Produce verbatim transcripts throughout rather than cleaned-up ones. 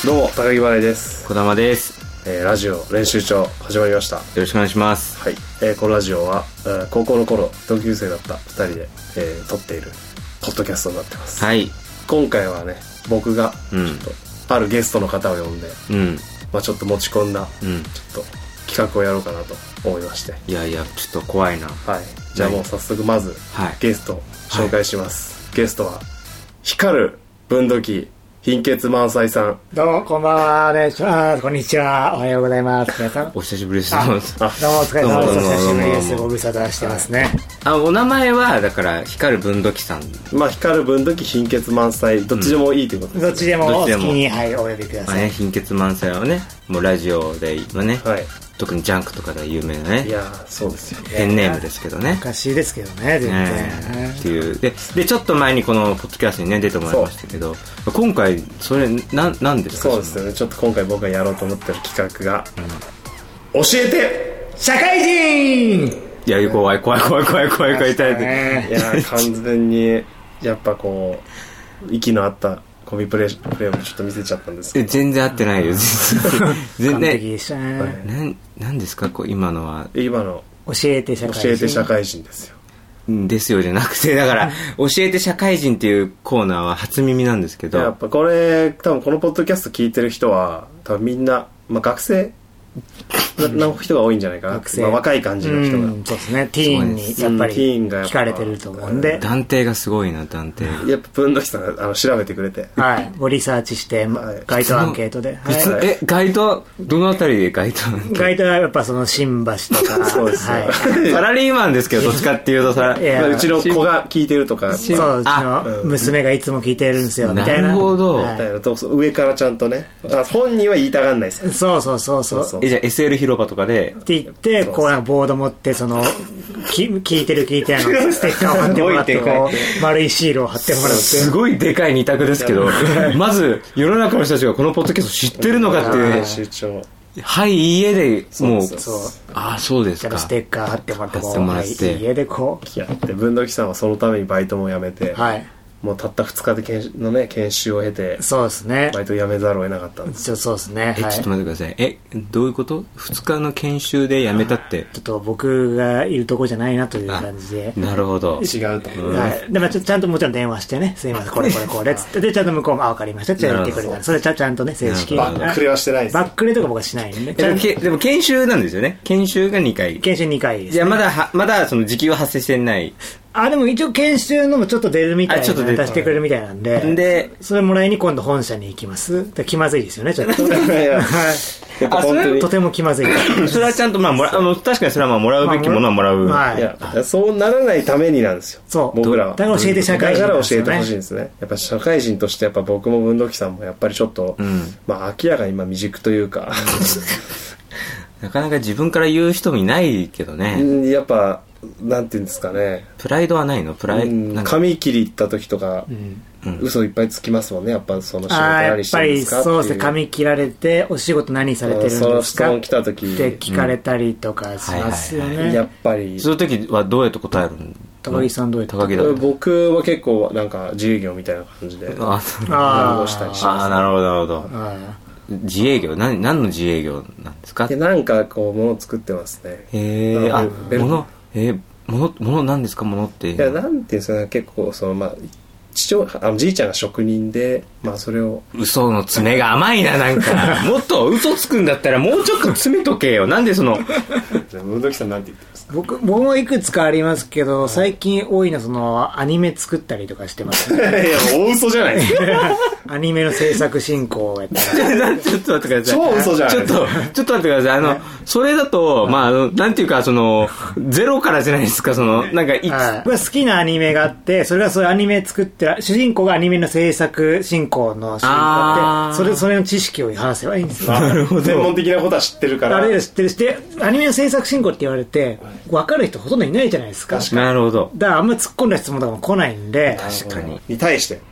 どうも高木笑いです。 児玉です。 えー、ラジオ練習帳始まりました。よろしくお願いします。 はい、えー、このラジオは、えー、高校の頃同級生だったふたりで、えー、撮っているポッドキャストになってます。 はい。 今回はね、僕がちょっと、うん、あるゲストの方を呼んで、うん、まあちょっと持ち込んだ、うん、ちょっと企画をやろうかなと思いまして。 いやいや、ちょっと怖いな。 はい。じゃあもう早速まず、はい、ゲストを紹介します。はい、ゲストは光る分度器貧血満載さん。 どうもこんばんは、お願いします。こんにちは、おはようございます。皆さんお久しぶりです。 どうもお疲れ様です。お久しぶりです。ご無沙汰してますね。 あ、お名前はだから光る分度器さん。 まあ光る分度器貧血満載、どっちでもいいということです、ね、 どっちでもお好きに、はい、お呼びください。まあね、貧血満載はね、もうラジオで今ね、はい、特にジャンクとかで有名なね。 いやそうですよ。 ペンネームですけどね。 おかしいですけどね、全然。 ね、っていうででちょっと前にこのポッドキャストにね出てもらいましたけど、今回それななんですか。 そうですよね。ちょっと今回僕がやろうと思ってる企画が、うん、教えて社会人。 いや怖い怖い怖い怖い怖い怖い痛い。 いや完全にやっぱこう息の合ったコミプレイプレイをちょっと見せちゃったんですけど。 全然合ってないよ。 全然完璧でしたね。 なんなんですかこう今のは。 今の教えて社会人。 教えて社会人ですよ。 ですよじゃなくて、だから教えて社会人っていうコーナーは初耳なんですけど。 やっぱこれ多分このポッドキャスト聞いてる人は多分みんな、まあ、学生の人が多いんじゃないかな。学生、まあ、若い感じの人が、 うん、そうですね。ティーンにやっぱり聞かれてると思うんで、 断定がすごいな。断定やっぱ文土器さんがあの調べてくれて、 はい、ごリサーチして、はい、街頭アンケートで、 はい、え街頭どのあたりで街頭アンケート。 街頭はやっぱその新橋とかそうです、はい、 サラリーマンですけどどっちかっていうとさ、 いやうちの子が聞いてるとか、 そう、うちの娘がいつも聞いてるんですよみたいな。 なるほど、 はい、上からちゃんとね、本人は言いたがんないです。 そうそうそうそうそう。 えじゃあ エスエル 広場とかでって言ってこうなんかボード持ってそのき聞いてる聞いてないのステッカーを貼ってもらってこう丸いシールを貼ってもらって、 すごいでかい二択ですけどまず世の中の人たちがこのポッドキャスト知ってるのかっていう、 集長はいいいえでもう、 そうそう、 ああそうですか。 ステッカー貼ってもらって貼ってもらって、 はい、家でこうやって文土器さんはそのためにバイトも辞めて、はい、もうたったふつかで研の、ね、研修を経て、 そうですね、 バイト辞めざるを得なかったんです。 そうですね。 え、はい、ちょっと待ってください。えどういうこと？ふつかの研修で辞めたって。 ちょっと僕がいるとこじゃないなという感じで。 なるほど。 違うと、うん、 はい、でもちゃんともちろん電話してね、すいませんこれこれこれつってでちゃんと向こうもあ分かりましたって言ってくれたら、それちゃんとね正式にバックレはしてないです。 バックレとか僕はしないんで。 でもけでも研修なんですよね。研修がにかい。 研修にかいです、ね。 じゃあまだはまだその時給は発生してない。 あ、でも一応研修のもちょっと出るみたいな、ちょっと出してくれるみたいなんで、でそれもらいに今度本社に行きます。気まずいですよねちょっと。 あ、それとても気まずい。 それはちゃんとまあもらあの確かにそれはまあもらうべきものはもらう。 はい。いやそうならないためになんですよ。 そう僕らは。 だから教えて社会人、 だから教えてほしいんですね。やっぱ社会人としてやっぱ僕も文土器さんもやっぱりちょっと、うん、まあ明らかに今未熟というか。 なかなか自分から言う人もいないけどね。 やっぱなんていうんですかね。 プライドはないの？プライド。 髪切り行った時とか、うん、嘘いっぱいつきますもんね。やっぱその仕事何してるんですかっていう。 やっぱりそうですね。髪切られてお仕事何されてるんですか？その質問来た時って聞かれたりとかしますよね。うんはいはいはい、 やっぱりそういう時はどうやって答えるの？ 高木さんどうやって高木だ。 僕は結構なんか自営業みたいな感じでああしたりします、ね。 あなるほどなるほど。自営業何何の自営業なんですか？ でなんかこう物作ってますね。 へえ。あ物えー物物なんですか物って。 いやなんていうんですかね、結構そのまあ父親あのじいちゃんが職人で、まあそれを嘘の爪が甘いななんかもっと嘘つくんだったらもうちょっと詰めとけよ。なんでその文土器さんなんて言ってますか？ 僕僕もいくつかありますけど、最近多いのはそのアニメ作ったりとかしてますね。 いや大嘘じゃないですか。 アニメの制作進行をやったらちょっと待ってください。 超嘘じゃないちょっとちょっと待ってください。あのそれだとまあなんていうかそのゼロからじゃないですか。そのなんかいつ、 はい、僕は好きなアニメがあって、それがそういうアニメ作って主人公がアニメの制作進行の主人公あって、それそれの知識を話せばいいんですよ。 なるほど。 専門的なことは知ってるから。 あれ知ってるしてアニメの制作進行って言われて分かる人ほとんどいないじゃないですか。 なるほど。 だからあんまり突っ込んだ質問とかも来ないんで。 確かに。 に対して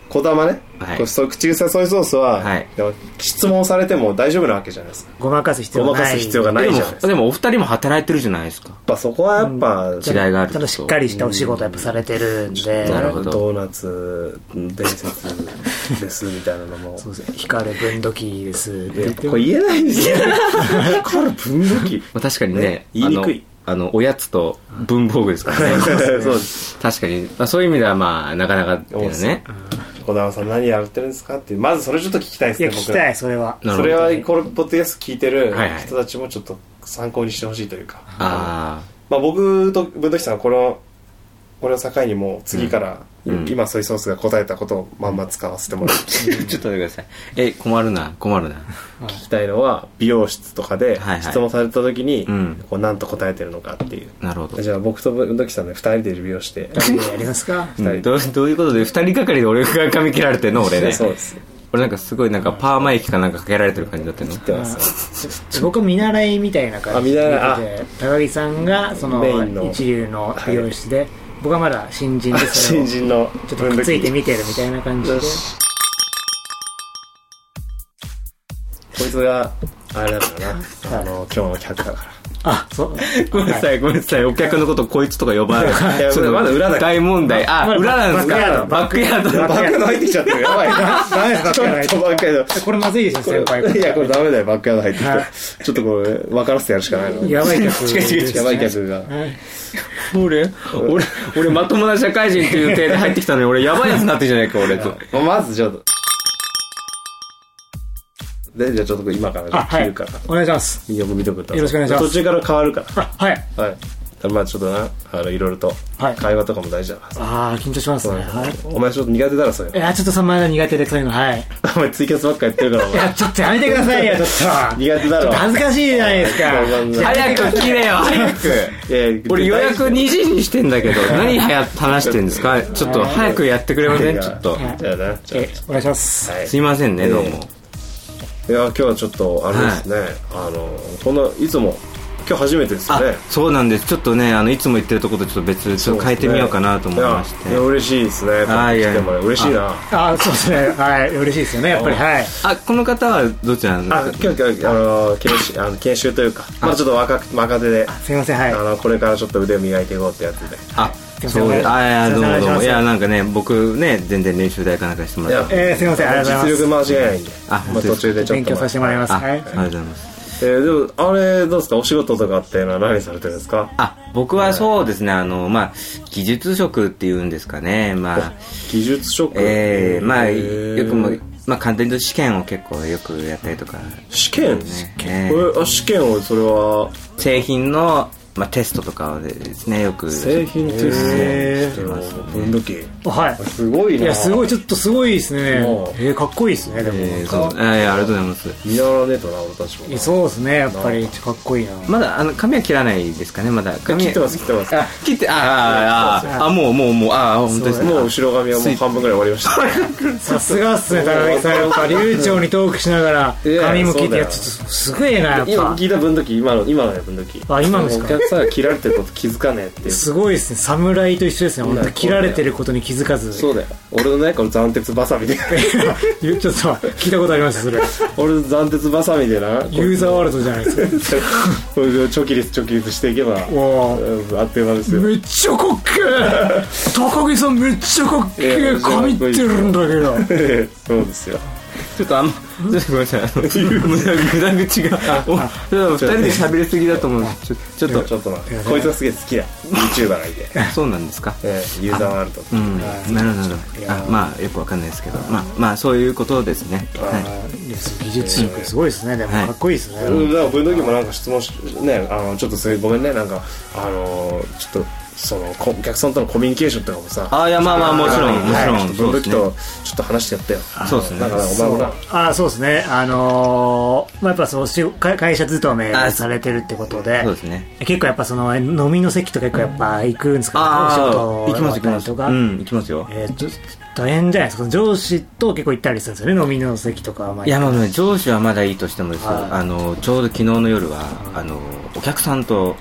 小玉ね、 はい、 こうそう口癖ソイソースは、はい、でも質問されても大丈夫なわけじゃないですか。 ごまかす必要がない。 ごまかす必要がないじゃないですか。 でも、でもお二人も働いてるじゃないですか。やっぱそこはやっぱ、 うん、違いがあると。 ちゃんとしっかりしたお仕事やっぱされてるんで、 うん、なるほど。ドーナツ伝説ですみたいなのも。 そうですね。光る分度器ですって言って。 これ言えないんですよ。光る分度器。 まあ、確かにね、ね言いにくい。 あのおやつと文房具ですからね。そうです。確かに、まあ、そういう意味ではまあなかなかっていうね。 小玉さん何やってるんですかっていう、まずそれちょっと聞きたいですね。 いや聞きたい、それは。 それはこれポッドキャスト聞いてる人たちもちょっと参考にしてほしいというか。 はいはい、あまあ僕と文土器さんはこのこれを境にもう次から、うん、今ソイソースが答えたことをまんま使わせてもらう。 ちょっと待ってください。え困るな困るな。 聞きたいのは美容室とかで質問された時に、はいはい、こう何と答えてるのかっていう。 なるほど。 じゃあ僕と文土器さんでふたりで美容してやりますか。 ふたりどうどういうことでふたりがかりで俺が髪切られてるの俺ね。 そうです。 俺なんかすごいなんかパーマ液かなんかかけられてる感じだったの。 切ってます。 僕見習いみたいな感じで高木さんがその一流の美容室で、はい、僕はまだ新人でそれを新人のちょっとくっついて見てるみたいな感じで。こいつがあれだからな、あの今日の客だから。 あ、そう。 ごめんなさい、ごめんなさい。お客のことこいつとか呼ばない。 いや、それまだ裏だ。 大問題。あ、裏なんですか。 バックヤード。バックヤード入ってきちゃってる。やばい。 ダメですか。 ちょっとバックヤード。 これまずいですよ、先輩。 いや、これダメだよ、バックヤード入ってきて。ちょっとこれ、分からせてやるしかないの。 やばい客。 違う違う違う。やばい客が。 俺、俺、俺まともな社会人っていう体で入ってきたのに、俺やばいやつになってんじゃないか、俺と。 まずちょっと。で、じゃあちょっと今から切るから、はい、 お願いします。 よく見とくと。 よろしくお願いします。 途中から変わるから。 はい。 はい。まあちょっとな、あの、いろいろと、会話とかも大事だからさ。 ああ、緊張しますね。はい。 お前ちょっと苦手だろ、それ。 いや、ちょっとそのまだ苦手で、そういうの、はい。 お前ツイキャスばっかやってるから、お前。 いや、ちょっとやめてくださいよ、ちょっと。 苦手だろ。 恥ずかしいじゃないですか。 早く切れよ、早く。俺予約にじにしてんだけど、何話してんですか？ちょっと早くやってくれません？ちょっと。 じゃあな。 お願いします。 すいませんね、どうも。 いや今日はちょっとあれですね、はい、あのこんないつも今日初めてですよね。 そうなんです。ちょっとねあのいつも言ってるところとちょっと別ちょっと変えてみようかなと思いまして。 いや嬉しいですね。 あいや嬉しいな。 あそうですね。はい嬉しいですよねやっぱりはい。 あこの方はどちらなんですか。 あ今日あの研修あの研修というかまだちょっと若若手で。 すいませんはい。 あのこれからちょっと腕を磨いていこうってやつで。 あ。そうです。あいやどうもどうもいやなんかね僕ね全然練習代かなんかしてもらって。 えー、すいませんありがとうございます。 実力間違いないんで。 あまあ途中でちょっと勉強させてもらいます。はい。 ありがとうございます。 えー、でもあれどうですかお仕事とかっていうのは何されてるんですか。 あ僕はそうですねあのまあ技術職っていうんですかねまあ技術職えー、まあよくもまあ簡単に言うと試験を結構よくやったりとか、ね、 試験、えー、あ試験をそれは製品のまあ、テストとかでですねよく製品テストしてます分度器はいすごいないやすごいちょっとすごいですねえー、かっこいいですねでも、 えー、そうあいやありがとうございます見習わねえとな俺たちもそうですねやっぱりかっこいいなまだあの髪は切らないですかねまだ髪切ってます切ってますあ切ってああああもうもうもうああ本当ですもう後ろ髪はもう半分ぐらい終わりましたさすがっすね高木さんやっぱ流暢にトークしながら髪も切ってやつすごいなやっぱ今聞いた分度器今の今の分度器あ今のですかお客さんが切られてること気づかねえっていうすごいですね侍と一緒ですね本当切られてることに気づかずそうだよ俺のねこの斬鉄バサミでちょっと聞いたことありましたそれ俺の斬鉄バサミでなユーザーワールドじゃないですかこれでチョキリスチョキリスしていけばあっという間ですよめっちゃかっけー高木さんめっちゃかっけー髪ってるんだけどそうですよちょっとあんま、ちょっとごめんなさい、あの、無駄口が、二人で喋りすぎだと思うちょちょっと、 ちょっとこいつがすげえ好きだ YouTuber がいてそうなんですか、 えー、ユーザーワールドうんなるほどなるほどあまあよくわかんないですけどまあまあそういうことですねはい技術力すごいですねでもかっこいいですねだから分度器もなんか質問しねあのちょっとそれごめんねなんかあのちょっとそのお客さんとのコミュニケーションとかもさあいやまあまあもちろんもちろん分度器とちょっと話してやったよそうですねだからお前もなあそうですねあのー、まあやっぱその会社勤めされてるってことでそうですね結構やっぱその飲みの席とか結構やっぱ行くんですかああ行きます行きますうん行きますよえっと大変じゃないですか上司と結構行ったりするんですよね飲みの席とかいやまあね上司はまだいいとしてもですよあのちょうど昨日の夜はあのお客さんと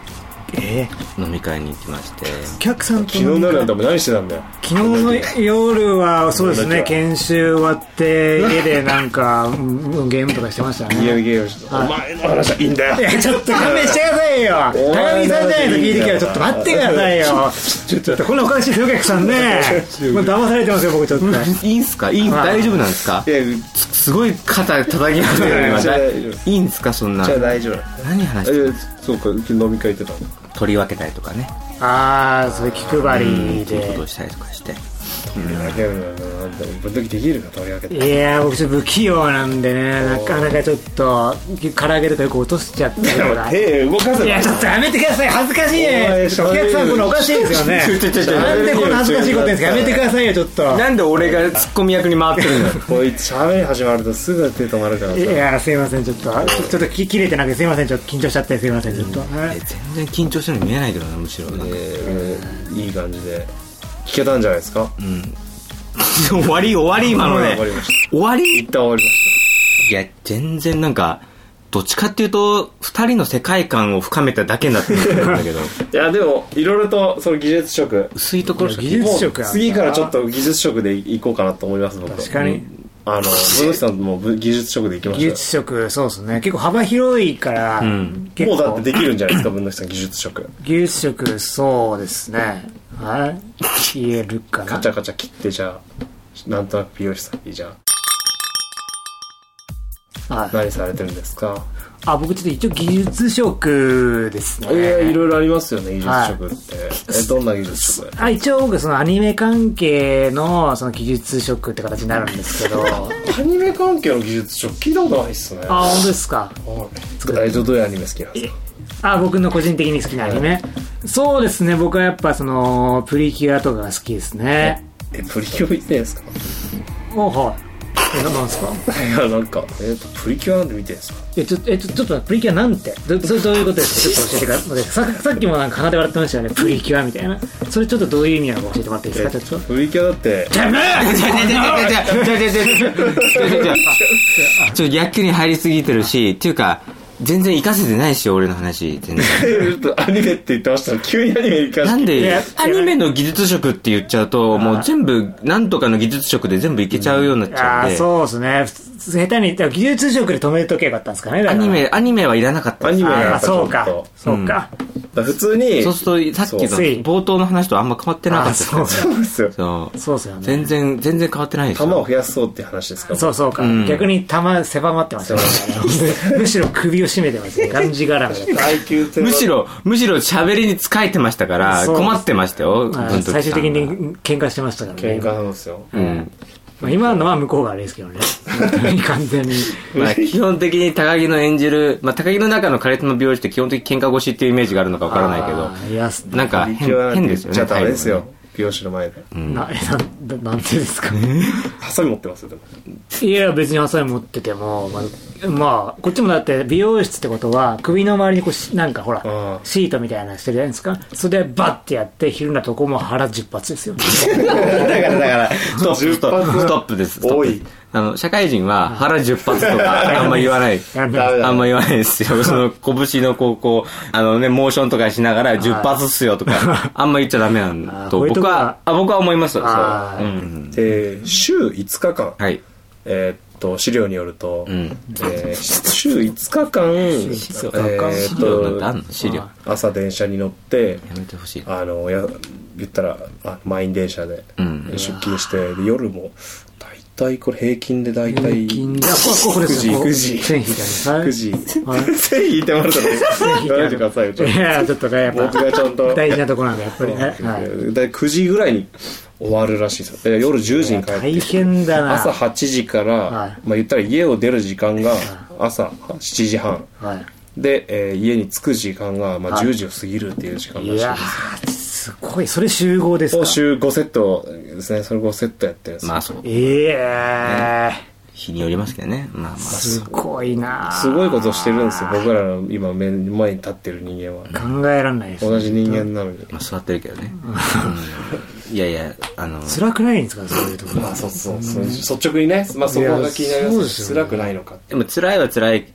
えー、飲み会に行きまして、 お客さんと昨日の夜なんて何してたんだよ。 昨日の夜はそうですね、研修終わって家でなんかゲームとかしてましたね。 ゲームゲームして、はい、お前の話はいいんだよ。 いやちょっと勘弁してくださいよ。高木さんじゃないと聞いてきた。ちょっと待ってくださいよ。ちょっとこんなおかしいですよお客さんね。もう騙されてますよ僕ちょっと。 いいんすか、いい、大丈夫なんですか。いやすごい肩叩きますよね。いいんですかそんな。 じゃあ大丈夫。 何話してる。 そうか、飲み会行ってたの。 取り分けたりとかね。 ああ、そういう気配りで。 ことをしたりとかして。 取り分けるのぶっときできるか取り分けて。 いや僕ちょっと不器用なんでね、なかなかちょっと唐揚げとかよく落としちゃってるから。 手動かせば。 いやちょっとやめてください、恥ずかしいね。お客さんこのおかしいですよね。なんでこんな恥ずかしいこと言うんですか。やめてくださいよちょっと。 なんで俺がツッコミ役に回ってるの。 こいつ喋り始まるとすぐ手止まるからさ。 いやすいませんちょっとちょっと切れてなくてすいません、ちょっと緊張しちゃってすいませんずっと。 全然緊張してるのに見えないけどな、むしろ。 いい感じで聞けたんじゃないですか。うん。 終わり終わり今のね。 終わりました。 終わり。 一旦終わりました。いや全然なんかどっちかっていうと二人の世界観を深めただけになってるんだけど。 いやでもいろいろとその技術職薄いところしか技術職次からちょっと技術職でいこうかなと思います僕。 確かに。 あの文木さんも技術職でいきましょう。 技術職そうですね、結構幅広いから、うん、 もうだってできるんじゃないですか文木さん技術職。 技術職そうですね、はい言えるかな。 カチャカチャ切ってじゃあなんとなく美容師さんにじゃあ、はい、何されてるんですか。 あ僕ちょっと一応技術職ですね。 えー、いろいろありますよね技術職って、はい、えどんな技術職。 あ一応僕そのアニメ関係のその技術職って形になるんですけど。 アニメ関係の技術職聞いたことないっすね。 あ本当ですか。 えどういうアニメ好きなんですか。 あ僕の個人的に好きなアニメ、はい、そうですね僕はやっぱそのプリキュアとかが好きですね。 えプリキュア見てんですか。 おはいえなんですか。 いやなんかえっとプリキュアなんて見てんですか。 えちょっとえちょちょっとプリキュアなんてどそれどういうことですか。ちょっと教えてください。ささっきもなんか鼻で笑ってましたよねプリキュアみたいな。それちょっとどういう意味なのか教えてもらっていいですか。ちょっとプリキュアだってじゃあねちょっと逆に入りすぎてるしっていうか全然活かせてないし俺の話全然ちょっとアニメって言ってましたら急にアニメ行かなんでアニメの技術職って言っちゃうともう全部なんとかの技術職で全部いけちゃうようになっちゃうんで、 あそうですね下手に技術職で止めとけばよかったんですかね。 アニメアニメはいらなかった。 アニメはやっぱちょっとそうかそうか、 うん、普通にそうするとさっきの冒頭の話とあんま変わってなかったですから、ね、そうですよそうそうですよね。 全然全然変わってないですよ。 球を増やそうって話ですか。 そうそうか、うん、逆に球狭まってましたねむしろ首を絞めてますねがんじがらめだったむしろむしろ喋りに疲れてましたから困ってましたよ。 最終的に喧嘩してましたからね。 喧嘩なんですよ、 うんまあ、今のは向こうがあれですけどね完全にまあ基本的に高木の演じる、まあ、高木の中のカリスマ美容師って基本的に喧嘩腰っていうイメージがあるのかわからないけどいやなんか 変, 変ですよね。 じゃあダメですよ美容師の前で、 うん、な, な, なんてですかハサミ持ってますよでも。 いや別にハサミ持ってても、まあ、まあこっちもだって美容室ってことは首の周りにこうなんかほらシートみたいなのしてるじゃないですか。それでバッてやって昼なとこも腹じゅっ発ですよだからだからストップストップストップですストップ。あの社会人は腹じゅっ発とかあんま言わないあんま言わないですよ。その拳のこうこうあのねモーションとかしながらじゅっ発っすよとかあんま言っちゃダメなんと僕はあ僕は思いますよ。そう、うん、 で週いつかかん、 はい、 えー、っと資料によると、うんえー、週いつかかんえー、っと資料朝電車に乗ってやめてほしいあのや言ったらあ満員電車で出勤して、うん、で夜も大体これ平均で大体平均でこれくじくじ線引いてあるくじ線引いてもらったら言わないでくださいよ。 いやちょっとねやっぱ僕がちゃんと大事なところなんでやっぱりね、 はい、だいくじぐらいに終わるらしいですよ。夜じゅうじに帰って大変だな。 朝はちじから、はい、まあ言ったら家を出る時間が朝しちじはん、はい、で、えー、家に着く時間が、まあ、じゅうじを過ぎるっていう時間らしいです。いやすごい。それ集合ですか。 週ごセットですね。それごセットやってるんです。 まあそうええーね、 日によりますけどね。まあまあすごいな。 すごいことしてるんですよ。僕らの今目の前に立ってる人間は考えられないです、ね、 同じ人間なのに、 まあ、座ってるけどね、うん、いやいやあの辛くないんですかそういうところ。 まあそうそう、うん、率直にね、まあ、そこが気になります。辛くないのか。 でも辛いは辛い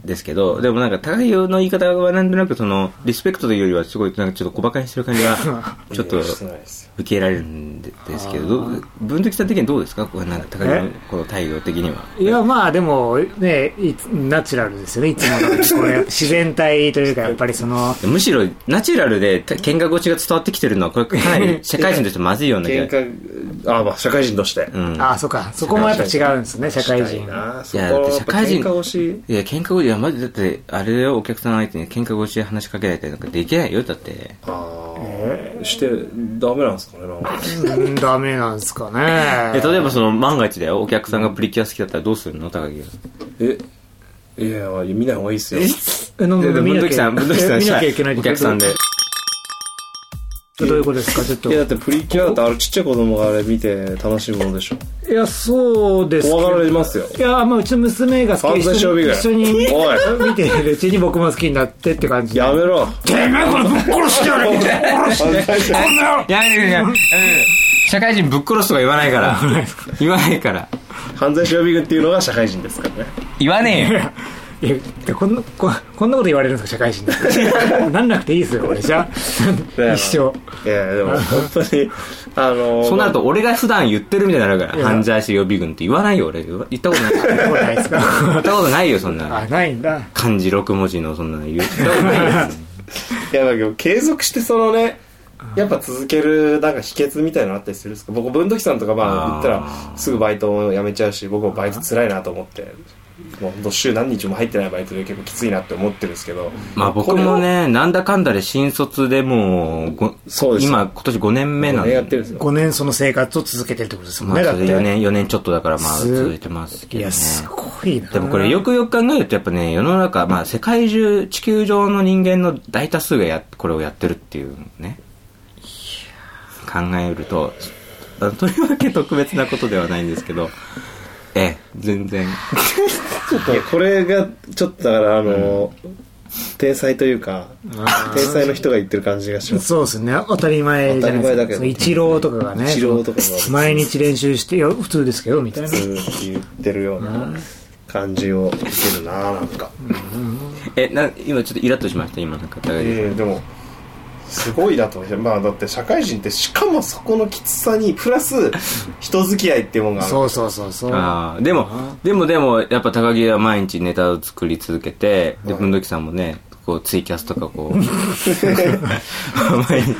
ですけど、でもなんか高木の言い方はなんとなくそのリスペクトというよりはすごいなんかちょっと小馬鹿にしてる感じがちょっと受け入れられるんですけど、分析さん的にどうですか、こうなんか高木のこの態度的には。 いやまあでもねナチュラルですよね、いつもこれ自然体というかやっぱりそのむしろナチュラルで喧嘩腰が伝わってきてるのはこれかなり社会人としてまずいような気が。 喧嘩あまあ社会人として、 うん、ああそうか、そこもやっぱ違うんですね社会人。いやだって社会人喧嘩腰いや喧嘩腰いやマジだってあれよ、お客さん相手に喧嘩腰で話しかけられたりなんかできないよだって。 ああ、えー、してダメなんですかね。 うんダメなんですかね。 え例えばその万が一だよ、お客さんがプリキュア好きだったらどうするの高木が。 えいや見ない方がいいっすよ。 えなんで文土器さん文土器さん見なきゃいけないお客さんで。 どういうことですかちょっと。 いやだってプリキュアだってあれちっちゃい子供があれ見て楽しむものでしょ。 いやそうですけど怖がられますよ。 いやまあうちの娘が好きで一緒に見てるうちに僕も好きになってって感じ。 やめろてめえこれぶっ殺してやるぶっ殺してやめてやめてやめて社会人ぶっ殺すとか言わないから言わないから犯罪者予備軍っていうのが社会人ですからね。 言わねえよいやこんな こ, こんなこと言われるんですか社会人だなんなくていいですよ俺じゃ一生。 いやでも本当にあのー、 そうなると俺が普段言ってるみたいになるから犯罪者予備軍って言わないよ俺。言ったことない言ったことないですか言ったことないよそんな。 あないんだ漢字ろく文字のそんな言ったことないよいやだけど継続してそのねやっぱ続けるなんか秘訣みたいなのあったりするんですか。僕文土器さんとかまあ言ったらすぐバイトを辞めちゃうし、僕もバイト辛いなと思ってもうほんと週何日も入ってないバイトで結構きついなって思ってるんですけど、 まあ僕もねなんだかんだで新卒でもうそうです今今年ごねんめなんでやってるんですよ。 ごねんその生活を続けてるってことですもんね、 まあ、 だってよねんよねんちょっとだからまあ続いてますけどね。 いやすごいな。 でもこれよくよく考えるとやっぱね世の中まあ世界中地球上の人間の大多数がやこれをやってるっていうね考えるととりわけ特別なことではないんですけどええ全然ちょっとこれがちょっとだからあの、うん、天才というか天才の人が言ってる感じがします。 そうですね当たり前じゃないですか。イチローとかがねイチローとかが毎日練習していや普通ですけどみたいな普通って言ってるような感じを受けるななんか、 うん、えな今ちょっとイラッとしました今なんかえー、でもすごいなと。まあだって社会人ってしかもそこのきつさにプラス人付き合いっていうものがある。 そうそうそうそう。 あでもでもでもやっぱ高木は毎日ネタを作り続けてで文土器さんもねこうツイキャスとかこう毎日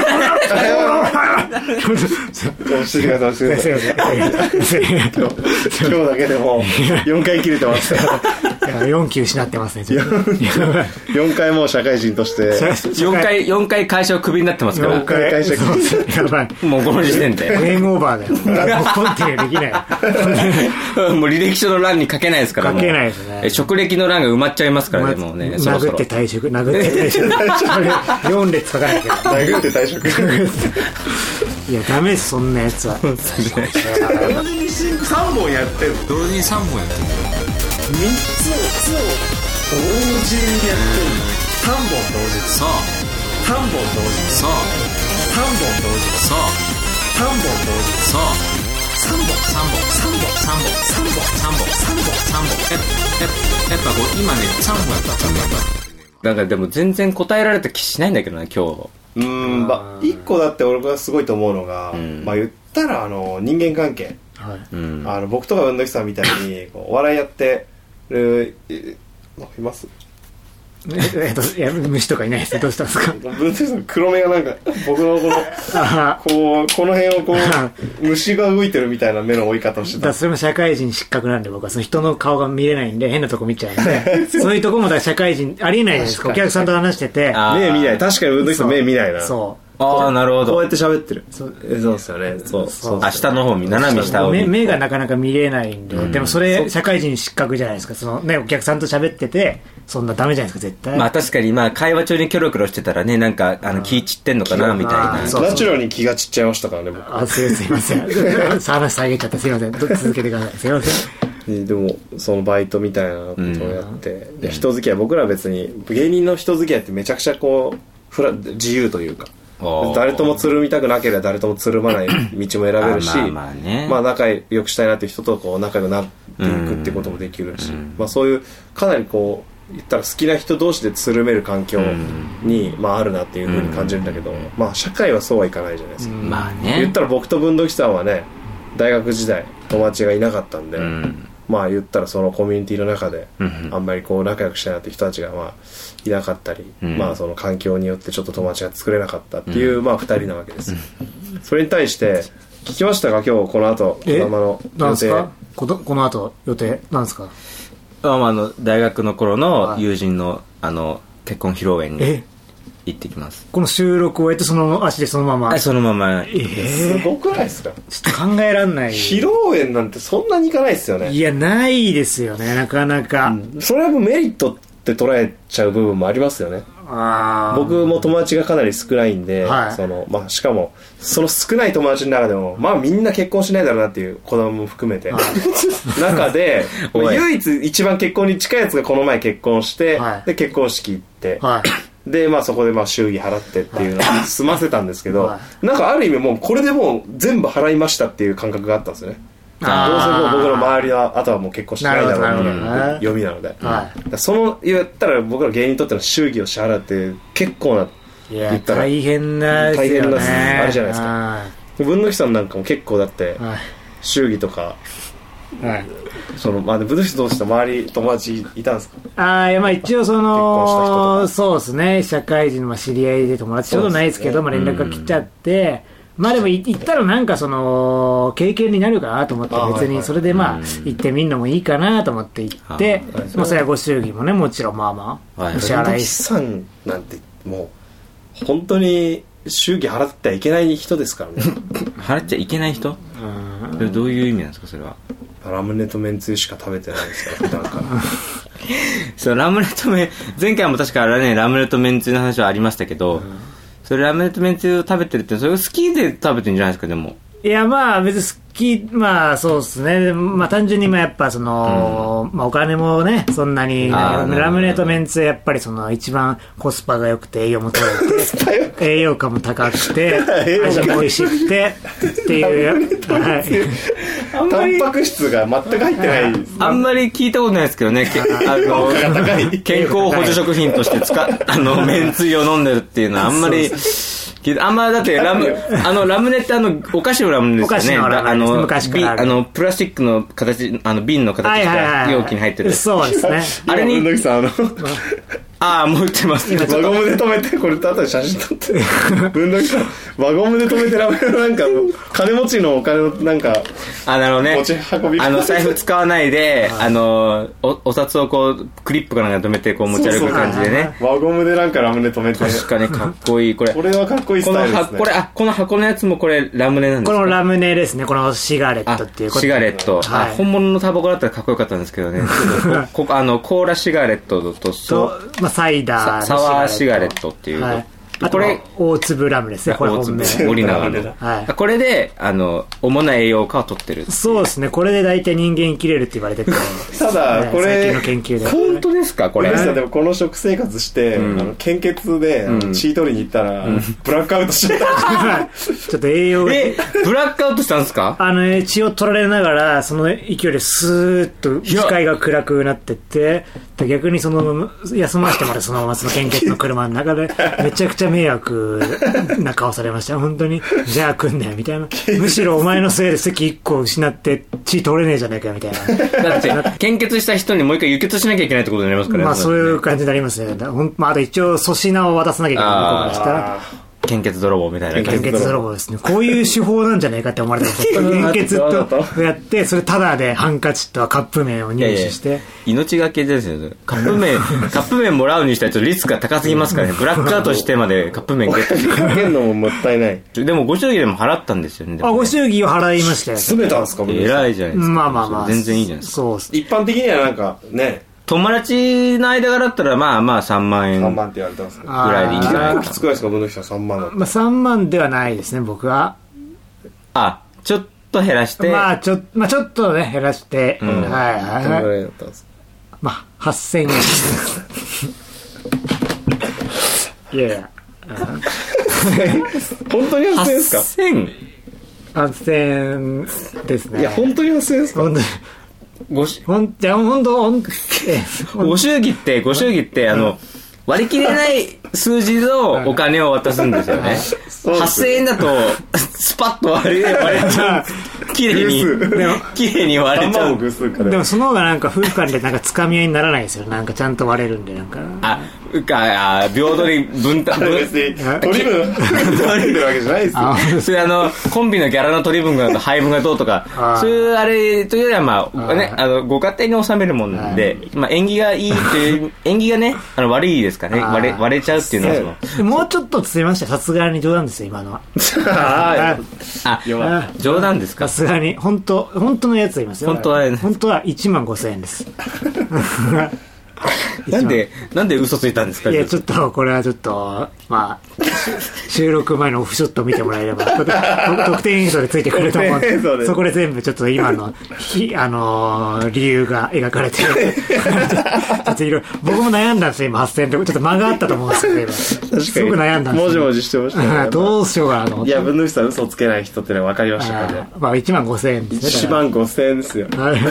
おしてくださいおしてください今日だけでもよんかい切れてますよんきゅう失ってますねよんかいもう社会人としてよんかいよんかい会社をクビになってますからよんかい会社クビやばいもうこの時点でゲームオーバーだよもうコンティニューできないもう履歴書の欄に書けないですから書けないですね。 職歴の欄が埋まっちゃいますからねもうねそろそろ殴って退職殴って退職よん列書かないけど殴って退職いやダメですそんなやつは同時にさんぼんやってる同時にさんぼんやってるみっつを同時にやってるさんぼん同時そうさんぼん同時そうさんぼん同時そうさんぼん同時そうさんぼんさんぼんさんぼんさんぼんさんぼんさんぼんさんぼんさんぼんやっぱこう今ねさんぼんやったさんぼんやったなんかでも全然答えられた気しないんだけどな今日。 うーんまあいっこだって俺がすごいと思うのが、うん、まあ言ったらあの人間関係、はい、あの僕とか文土器さんみたいにこうお笑いやってるいますえっといや虫とかいないです。どうしたんですか。 文土器さん黒目がなんか僕のこのこうこの辺をこう虫が動いてるみたいな目の追い方をしてた。 だそれも社会人失格なんで僕はその人の顔が見れないんで変なとこ見ちゃうんでそういうとこもだから社会人ありえないじゃないですか。お客さんと話してて目見ない。確かに文土器さん目見ないな。 そうああなるほど。 こうやって喋ってる。そうですよね。そうそう。 あ下の方見斜め下を見目がなかなか見れないんで、うん、でもそれ社会人失格じゃないですか。そのねお客さんと喋っててそんなダメじゃないですか絶対。 まあ確かにまあ会話中にキョロキョロしてたらねなんかあの気散ってんのかなみたいな。 ナチュラルに気が散っちゃいましたからね僕。 あすいません。話下げちゃったすいません。続けてください。すいません。 でもそのバイトみたいなことをやって、うん、で人付き合い僕らは別に芸人の人付き合いってめちゃくちゃこうフラ自由というか。誰ともつるみたくなければ誰ともつるまない道も選べるしまあ、まあね、まあ仲良くしたいなっていう人とこう仲良くないくってこともできるし、うんまあ、そういうかなりこう言ったら好きな人同士でつるめる環境に、うんまあ、あるなっていう風に感じるんだけど、うんまあ、社会はそうはいかないじゃないですか、うんまあね、言ったら僕と文土器さんはね大学時代友達がいなかったんで、うんまあ言ったらそのコミュニティの中であんまりこう仲良くしたいなって人たちがまあいなかったり、うん、まあその環境によってちょっと友達が作れなかったっていう、うん、まあふたりなわけです、うん、それに対して聞きましたか今日この後児玉の予定このこの後予定なんですか。 ああの大学の頃の友人の、あの結婚披露宴に行ってきます。 この収録を終えてその足でそのままそのまま、 えー、すごくないですか。 ちょっと考えらんない披露宴なんてそんなにいかないですよね。 いやないですよねなかなか、 うん、それはもうメリットって捉えちゃう部分もありますよね。あ僕も友達がかなり少ないんで、はいそのまあ、しかもその少ない友達の中でもまあみんな結婚しないだろうなっていう子供も含めて、はい、中で唯一一番結婚に近いやつがこの前結婚して、はい、で結婚式行って、はいでまあそこでまあ祝儀払ってっていうのを済ませたんですけど、はい、なんかある意味もうこれでもう全部払いましたっていう感覚があったんですよね。どうせもう僕の周りはあとはもう結婚しないだろうみたいな読みなので、はい、その言ったら僕ら芸人にとっての祝儀を支払って結構な言ったら大変な大変なあれじゃないですか。文土器さんなんかも結構だって祝儀とか、はいそのまあ、文土器同士と周り友達いたんですか。 あいやまあ一応そのそうですね社会人の知り合いで友達ちょうどないですけど、ねまあ、連絡が来ちゃって、うん、まあでも行ったらなんかその経験になるかなと思って別にそれでまあ行ってみるのもいいかなと思って行って、まあそれはご祝儀もねもちろんまあまあお支払いさんなんてもう本当に祝儀払ってはいけない人ですからね払っちゃいけない人それどういう意味なんですかそれは。 ラムネとめんつゆしか食べてないですから普段からそうラムネとめ前回も確かあれねラムネとめんつゆの話はありましたけど、うん、それラムネとめんつゆを食べてるってそれを好きで食べてるんじゃないですか。でもいやまあ別に好きまあそうですねまあ単純にまあやっぱその、うんまあ、お金もねそんなにラムネとめんつゆやっぱりその一番コスパが良くて栄養も取れて栄養価も高くて味も美味しくてっていうはいタンパク質が全く入ってないあんまり聞いたことないですけどねあの健康補助食品として使っあのめんつゆを飲んでるっていうのはあんまりあんまだってラムあのラムネってあのお菓子のラムネですよね。 あの昔からあるあのプラスチックの形あの瓶の形した容器に入ってる、 そうですね。 あれに文土器さんあのああもう売ってます。 輪ゴムで止めてこれと後で写真撮って文土器さん輪ゴムで止めてラムネのなんか金持ちのお金のなんかあなるほどね持ち運びあの財布使わないであの お, お札をこうクリップかなんか止めてこう持ち歩く感じでね輪ゴムでなんかラムネ止めて確かにかっこいいこれこれはかっこいいスタイルですね。 このこれあこの箱のやつもこれラムネなんですか。 このラムネですね。このシガレットっていうことシガレット、はい、あ本物のタバコだったらかっこよかったんですけどねここあのコーラシガレットとと、まあ、サイダーサワーシガレットっていう、はい、 あとこれ大粒ラムですね。これ本命森永の、はい、これであの主な栄養価を取ってるってそうですね。これで大体人間生きれるって言われててただこれ、 最近の研究で本当ですかこれ。 でもこの食生活して、うん、あの献血で、うん、血取りに行ったら、うん、ブラックアウトしちゃったちょっと栄養えブラックアウトしたんですか。 あの、ね、血を取られながらその勢いでスーッと視界が暗くなってって逆にその休ませてもらってそのままその献血の車の中でめちゃくちゃ迷惑な顔されました本当に。じゃあ来んねみたいなむしろお前のせいで席いっこ失って血取れねえじゃねえかみたいなだって献血した人にもう一回輸血しなきゃいけないってことになりますからね。 まあそういう感じになりますね。だほん、まあ、あと一応粗品を渡さなきゃいけない向こうからしたら献血泥棒みたいな。 献血泥棒ですね。こういう手法なんじゃないかって思われてます献血とやってそれタダでハンカチとカップ麺を入手していやいや命がけですよ。カップ麺カップ麺もらうにしたらちょっとリスクが高すぎますからねブラックアウトしてまでカップ麺ゲットしてかけるのももったいないでもご祝儀でも払ったんですよね。 あご祝儀を払いましたよ。 詰めたんですか。 偉いじゃないですか。 まあまあまあ全然いいじゃないですか。 そう一般的にはなんかね友達の間だったらまあまあさんまんえんさんまんって言われてますけどぐらいでいいんじゃないかな。 結構きつくないですか文土器さんさんまんだったら。 まあさんまんではないですね僕は。 あちょっと減らしてまあちょ、まあ、ちょっとね減らして、うん、はいはいどのぐらいだったんですか。 まあはっせんえんいやいや本当にはっせんえんですか。はっせんはっせんえんですね。 いや本当にはっせんえんですか。 本当にごしほんじゃほんとほんご祝儀ってご祝儀ってあの割り切れない数字のお金を渡すんですよね。はっせんえんだとスパッと割れ割れちゃう。綺麗に綺麗に割れちゃう。 でもその方がなんか夫婦間でなんかつかみ合いにならないですよ。なんかちゃんと割れるんでなんか。 あ、かあ平等に分担分別に取り分取れてるわけじゃないですよ。 それあのコンビのギャラの取り分が配分がどうとかそういうあれというよりはまあねあのご家庭に収めるもんで、まあ縁起がいいっていう縁起がねあの悪いですかね割れ割れちゃうっていうのはそのもうちょっとつめました。さすがに冗談ですよ今のは。 ああ冗談ですか。 さすがに本当本当のやつ言いますよ。 本当は本当はいちまんごせんえんです。 なんでなんで嘘ついたんですか。 いやちょっとこれはちょっとまあ収録前のオフショット見てもらえれば特典映像でついてくると思うんでそこで全部ちょっと今のひあのー、理由が描かれてちょっといろいろ僕も悩んだんですよ今はっせんえんとちょっと間があったと思うんですけど確かにすごく悩んだんですもじもじしてました、ね、 どうしようかなと思って。 いや文主さん嘘つけない人ってのは分かりましたからね。 まあいちまんごせんえんですね。 いちまんごせんえんですよ。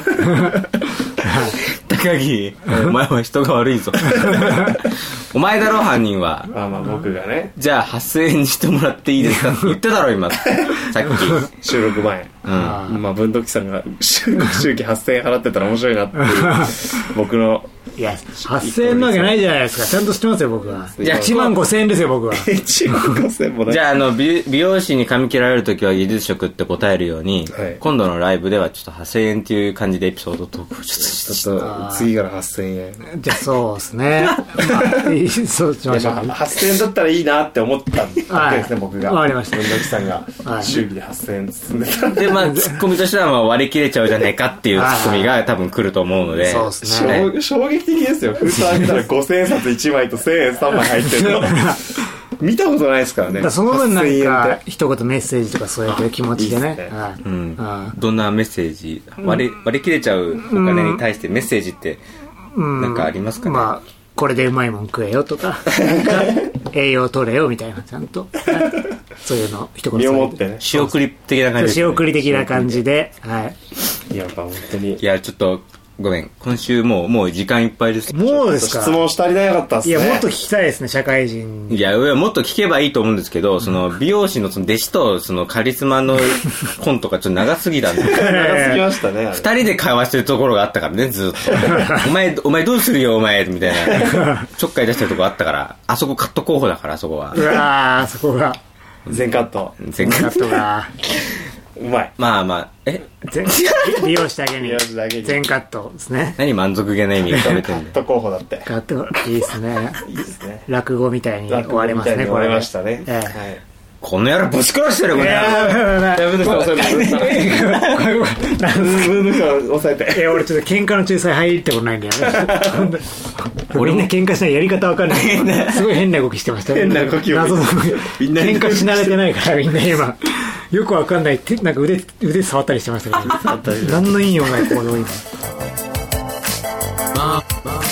高木お前は人が悪いぞお前だろ犯人は。 まあまあ僕がねじゃあはっせんえんにしてもらっていいですかって言ってたろ今さっき収録前、うん、まあ文土器さんが周期はっせんえん払ってたら面白いなっていう僕のいやはっせんえんなわけないじゃないですか。ちゃんと知ってますよ僕は。いやいちまんごせんえんですよ僕は。 いちまんごせんえんもない。 じゃああの 美, 美容師に髪切られるときは技術職って答えるように、はい、今度のライブではちょっとはっせんえんっていう感じでエピソードトークをちょっとちょっと次からはっせんえんじゃあそうですねそうしましょう。 はっせんえんだったらいいなって思ったわけですね、はい、僕が。 わかりました。 文土器さんが祝儀ではっせんえん包んでたでまあツッコミとしてはまあ割り切れちゃうじゃねえかっていうツッコミが多分来ると思うので。 そうですね。 衝撃的ですよ。封筒開けたらごせんえん札いちまいとせんえんさんまい入ってるの見たことないですからね。 だその分なんか一言メッセージとかそういう気持ちでね。いいですね。 はいうん、どんなメッセージ割り、割り切れちゃうお金に対してメッセージってなんかありますかね。 うん、まあこれでうまいもん食えよとか栄養取れよみたいなちゃんとそういうの一言身をもってね仕送り的な感じで、ね、 仕送り的な感じで、はい。 いや本当にいやちょっとごめん今週もうもう時間いっぱいです。 もうですか。 質問し足りなかったっすね。 いやもっと聞きたいですね社会人。 いやもっと聞けばいいと思うんですけど、その美容師のその弟子とそのカリスマの本とかちょっと長すぎたんで長すぎましたね。 二人で会話してるところがあったからねずっとお前お前どうするよお前みたいなちょっかい出してるとこあったから、あそこカット候補だからあそこは。 うわーそこが全カット全カットがうまい。 まあまあえ美容師だけに美容師だけに全カットですね。 何満足げな意味が食べてんだよ。 カット候補だって。 カットいいですね。 いいですね。 落語みたいに終われますね。 終わりましたね。 ええ、はい。 この野郎ぶち殺してるこれ。 やめてください。抑えて。 いや俺ちょっと喧嘩の仲裁入ってことないんだよね。みんな喧嘩しないやり方わかんない。すごい変な動きしてましたね。 変な動きを。 謎のみんな喧嘩し慣れてないからみんな今よくわかんないなんか腕腕触ったりしてましたけど。何の意味もない行動今。まあまあ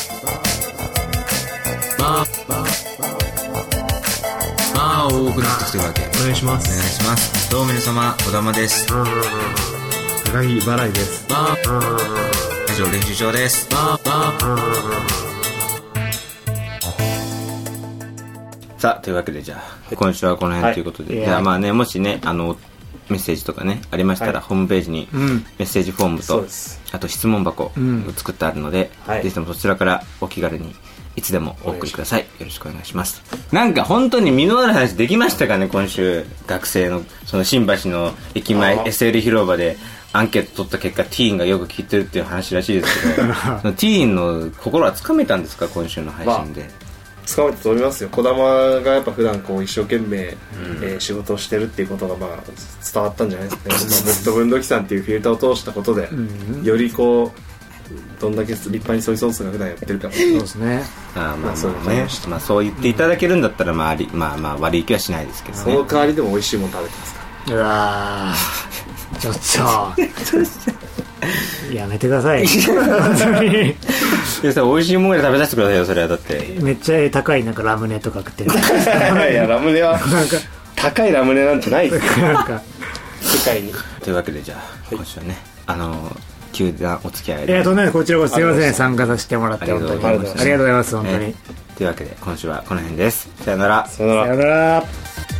まあまあ多くなってきてるわけ。 お願いします。 お願いします。どうも皆様小玉です。 高木払いです。 ラジオ練習場です。さあというわけでじゃあ今週はこの辺ということで、はい、じゃあまあねもしねあのメッセージとかねありましたら、はい、ホームページにメッセージフォームと、うん、あと質問箱を作ってあるので、うん、ぜひともそちらからお気軽にいつでもお送りください。よろしくお願いします。なんか本当に身のある話できましたかね今週。学生のその新橋の駅前 エスエル 広場でアンケート取った結果ティーンがよく聞いてるっていう話らしいですけどそのティーンの心はつかめたんですか今週の配信で。まあつかめたと思いますよ。児玉がやっぱ普段こう一生懸命、うんえー、仕事をしてるっていうことがまあ伝わったんじゃないですかね。まあ、僕と文土器さんっていうフィルターを通したことで、うん、よりこうどんだけ立派にソイソースが普段やってるか。 そうですね。 ああまあそうね。まあそう言っていただけるんだったらまあまあまあ悪い気はしないですけどね。 その代わりでも美味しいもの食べてますから。 うわーちょっとやめてください。本当に。 いやさ美味しいもので食べさせてくださいよそれは。だってめっちゃ高いなんかラムネとか食ってる。いやラムネはなんか高いラムネなんてないですよ。なんか世界に。 というわけでじゃあ、はい、今週はねあの急なお付き合いありがとうございます。こちらこそすいません、参加させてもらって本当にありがとうございます。本当に、 えー、というわけで今週はこの辺です。さよなら。 さよなら。 さよなら。